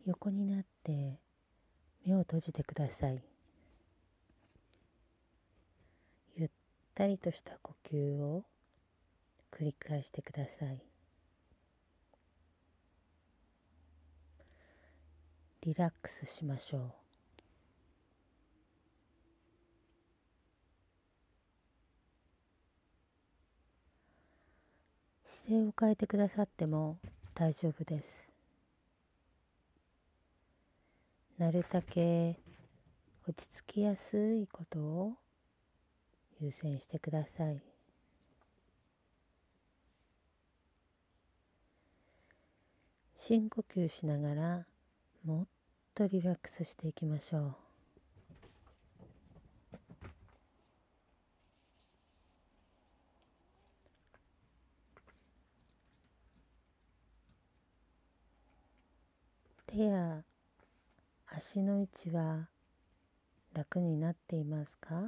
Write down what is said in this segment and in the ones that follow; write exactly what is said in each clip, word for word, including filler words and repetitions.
横になって目を閉じてください。ゆったりとした呼吸を繰り返してください。リラックスしましょう。姿勢を変えてくださっても大丈夫です。なるだけ落ち着きやすいことを優先してください。深呼吸しながらもっとリラックスしていきましょう。手や足の位置は楽になっていますか？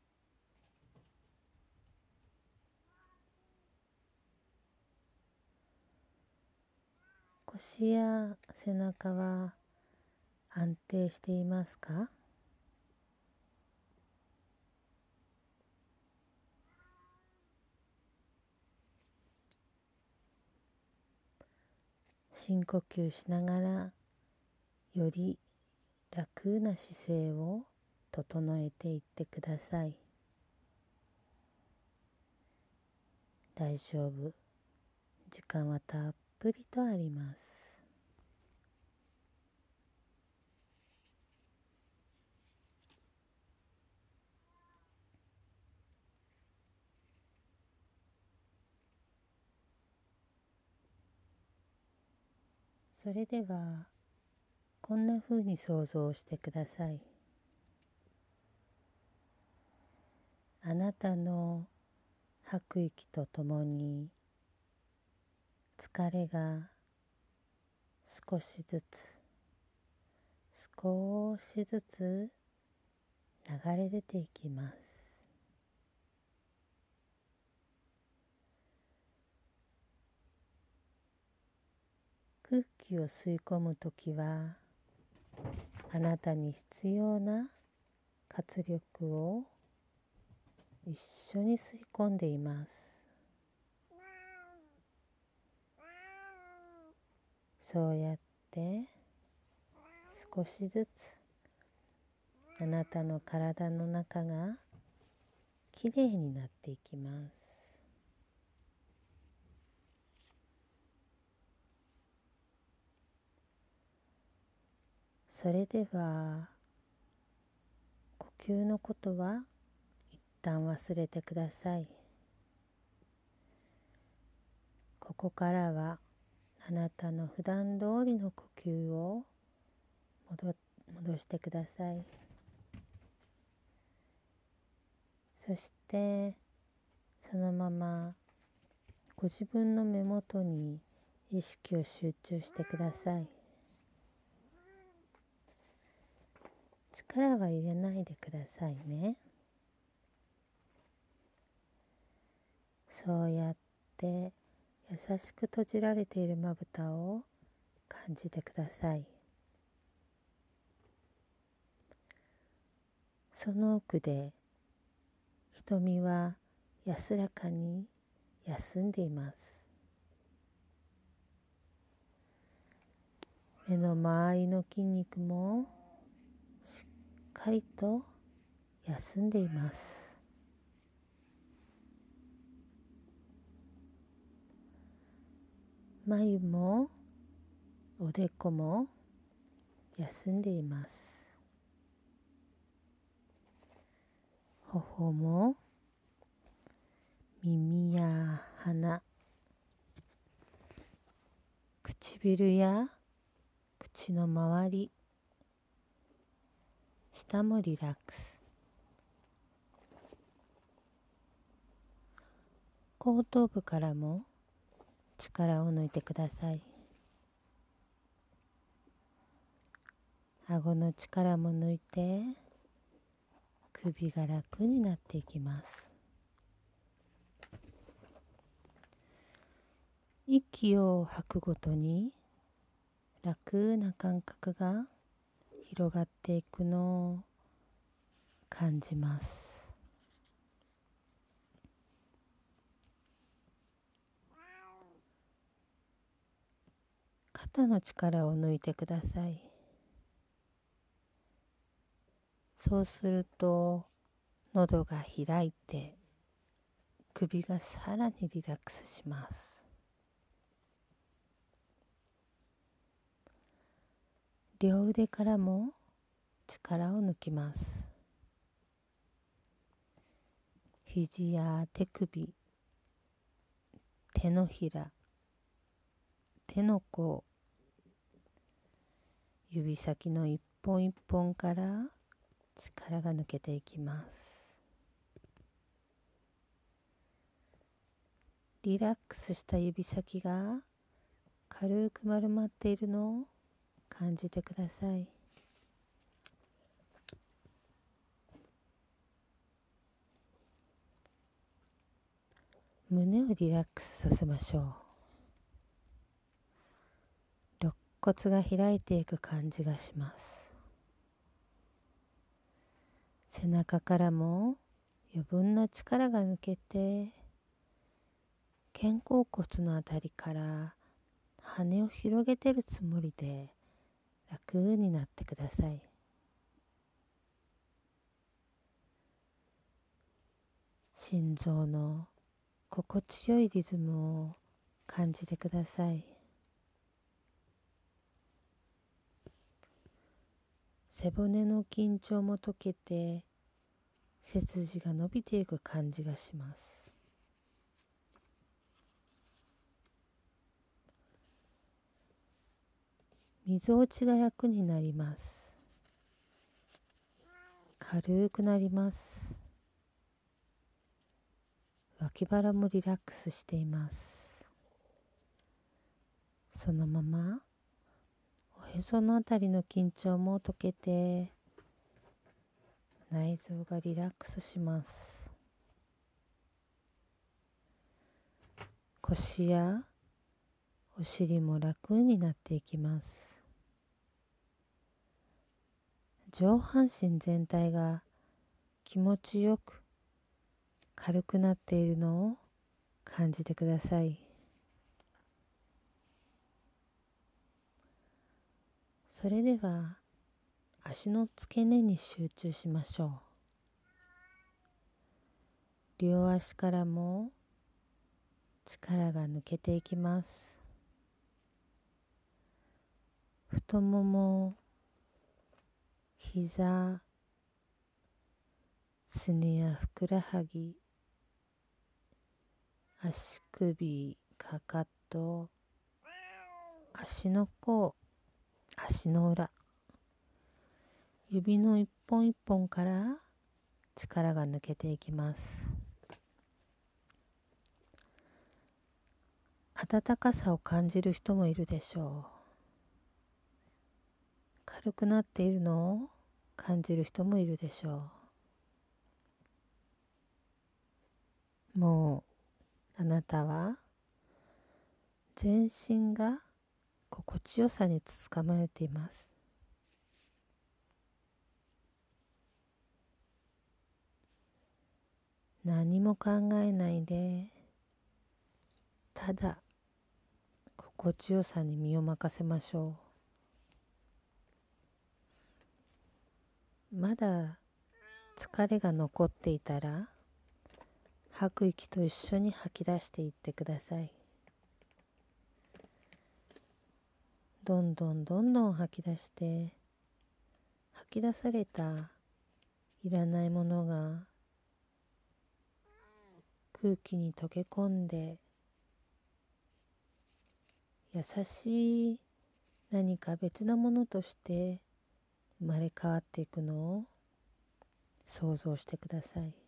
腰や背中は安定していますか？深呼吸しながらより楽な姿勢を整えていってください。大丈夫。時間はたっぷりとあります。それではこんな風に想像してください。あなたの吐く息とともに疲れが少しずつ少しずつ流れ出ていきます。空気を吸い込むときはあなたに必要な活力を一緒に吸い込んでいます。そうやって少しずつあなたの体の中がきれいになっていきます。それでは呼吸のことは一旦忘れてください。ここからはあなたの普段通りの呼吸を戻、戻してください。そしてそのままご自分の目元に意識を集中してください。力は入れないでくださいね。そうやって優しく閉じられているまぶたを感じてください。その奥で瞳は安らかに休んでいます。目の周りの筋肉もしっかりと休んでいます。眉もおでこも休んでいます。頬も耳や鼻、唇や口の周り、舌もリラックス。後頭部からも力を抜いてください。顎の力も抜いて首が楽になっていきます。息を吐くごとに楽な感覚が広がっていくのを感じます。肩の力を抜いてください。そうすると喉が開いて首がさらにリラックスします。両腕からも力を抜きます。肘や手首、手のひら、手の甲、指先の一本一本から力が抜けていきます。リラックスした指先が軽く丸まっているのを感じてください。胸をリラックスさせましょう。肋骨が開いていく感じがします。背中からも余分な力が抜けて、肩甲骨のあたりから羽を広げてるつもりで楽になってください。心臓の心地よいリズムを感じてください。背骨の緊張も解けて背筋が伸びていく感じがします。みぞおちが楽になります。軽くなります。脇腹もリラックスしています。そのままおへそのあたりの緊張も解けて内臓がリラックスします。腰やお尻も楽になっていきます。上半身全体が気持ちよく軽くなっているのを感じてください。それでは足の付け根に集中しましょう。両足からも力が抜けていきます。太もも、膝、すねやふくらはぎ、足首、かかと、足の甲、足の裏、指の一本一本から力が抜けていきます。温かさを感じる人もいるでしょう。軽くなっているのを感じる人もいるでしょう。もうあなたは全身が心地よさに包まれています。何も考えないで、ただ心地よさに身を任せましょう。まだ疲れが残っていたら、吐く息と一緒に吐き出していってください。どんどんどんどん吐き出して、吐き出されたいらないものが空気に溶け込んで、優しい何か別なものとして生まれ変わっていくのを想像してください。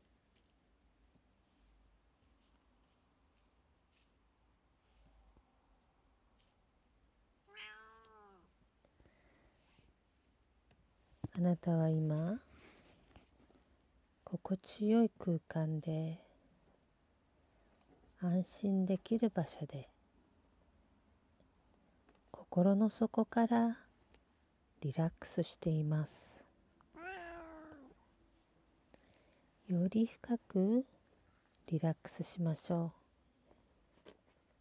あなたは今心地よい空間で、安心できる場所で、 心の底からリラックスしています。より深くリラックスしましょう。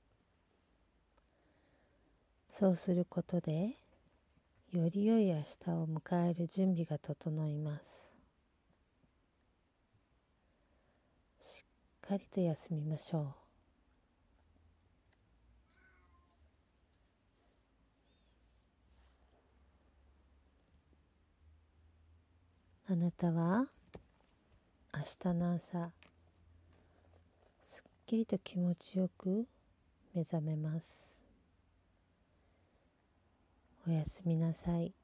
そうすることで、より良い明日を迎える準備が整います。しっかりと休みましょう。あなたは明日の朝、すっきりと気持ちよく目覚めます。おやすみなさい。